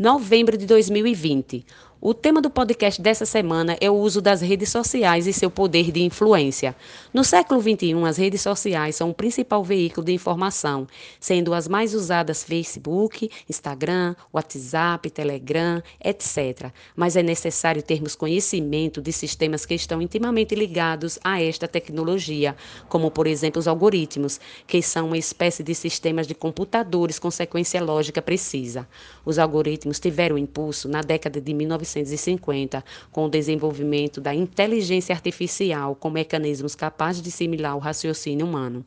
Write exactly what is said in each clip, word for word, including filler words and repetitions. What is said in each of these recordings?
novembro de dois mil e vinte. O tema do podcast dessa semana é o uso das redes sociais e seu poder de influência. No século vinte e um, as redes sociais são o principal veículo de informação, sendo as mais usadas Facebook, Instagram, WhatsApp, Telegram, etcétera. Mas é necessário termos conhecimento de sistemas que estão intimamente ligados a esta tecnologia, como, por exemplo, os algoritmos, que são uma espécie de sistemas de computadores com sequência lógica precisa. Os algoritmos tiveram impulso na década de mil novecentos e cinquenta, com o desenvolvimento da inteligência artificial com mecanismos capazes de simular o raciocínio humano.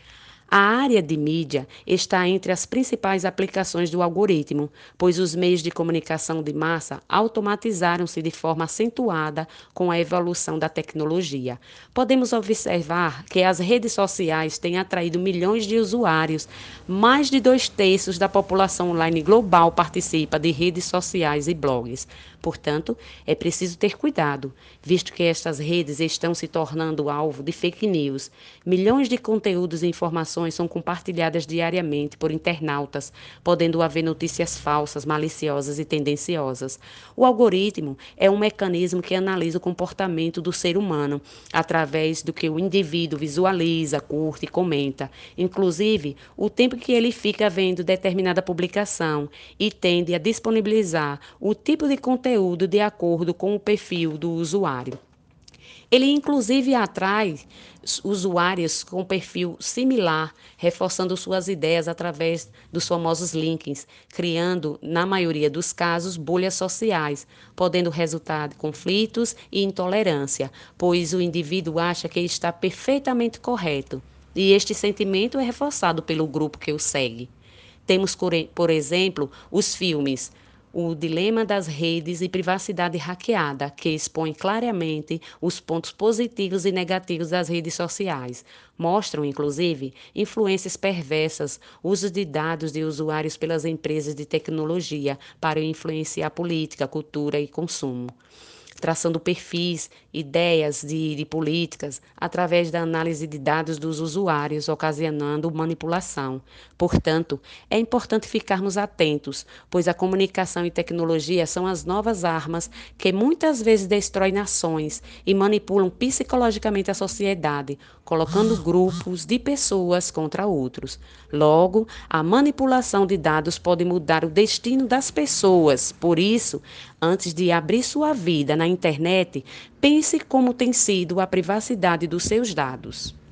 A área de mídia está entre as principais aplicações do algoritmo, pois os meios de comunicação de massa automatizaram-se de forma acentuada com a evolução da tecnologia. Podemos observar que as redes sociais têm atraído milhões de usuários. Mais de dois terços da população online global participa de redes sociais e blogs. Portanto, é preciso ter cuidado, visto que estas redes estão se tornando alvo de fake news. Milhões de conteúdos e informações são compartilhadas diariamente por internautas, podendo haver notícias falsas, maliciosas e tendenciosas. O algoritmo é um mecanismo que analisa o comportamento do ser humano através do que o indivíduo visualiza, curte e comenta, inclusive o tempo que ele fica vendo determinada publicação, e tende a disponibilizar o tipo de conteúdo de acordo com o perfil do usuário. Ele, inclusive, atrai usuários com perfil similar, reforçando suas ideias através dos famosos links, criando, na maioria dos casos, bolhas sociais, podendo resultar de conflitos e intolerância, pois o indivíduo acha que está perfeitamente correto, e este sentimento é reforçado pelo grupo que o segue. Temos, por exemplo, os filmes O Dilema das Redes e Privacidade Hackeada, que expõe claramente os pontos positivos e negativos das redes sociais. Mostram, inclusive, influências perversas, uso de dados de usuários pelas empresas de tecnologia para influenciar política, cultura e consumo, traçando perfis, ideias de, de políticas através da análise de dados dos usuários, ocasionando manipulação. Portanto, é importante ficarmos atentos, pois a comunicação e tecnologia são as novas armas que muitas vezes destroem nações e manipulam psicologicamente a sociedade, colocando grupos de pessoas contra outros. Logo, a manipulação de dados pode mudar o destino das pessoas. Por isso, antes de abrir sua vida na internet, pense como tem sido a privacidade dos seus dados.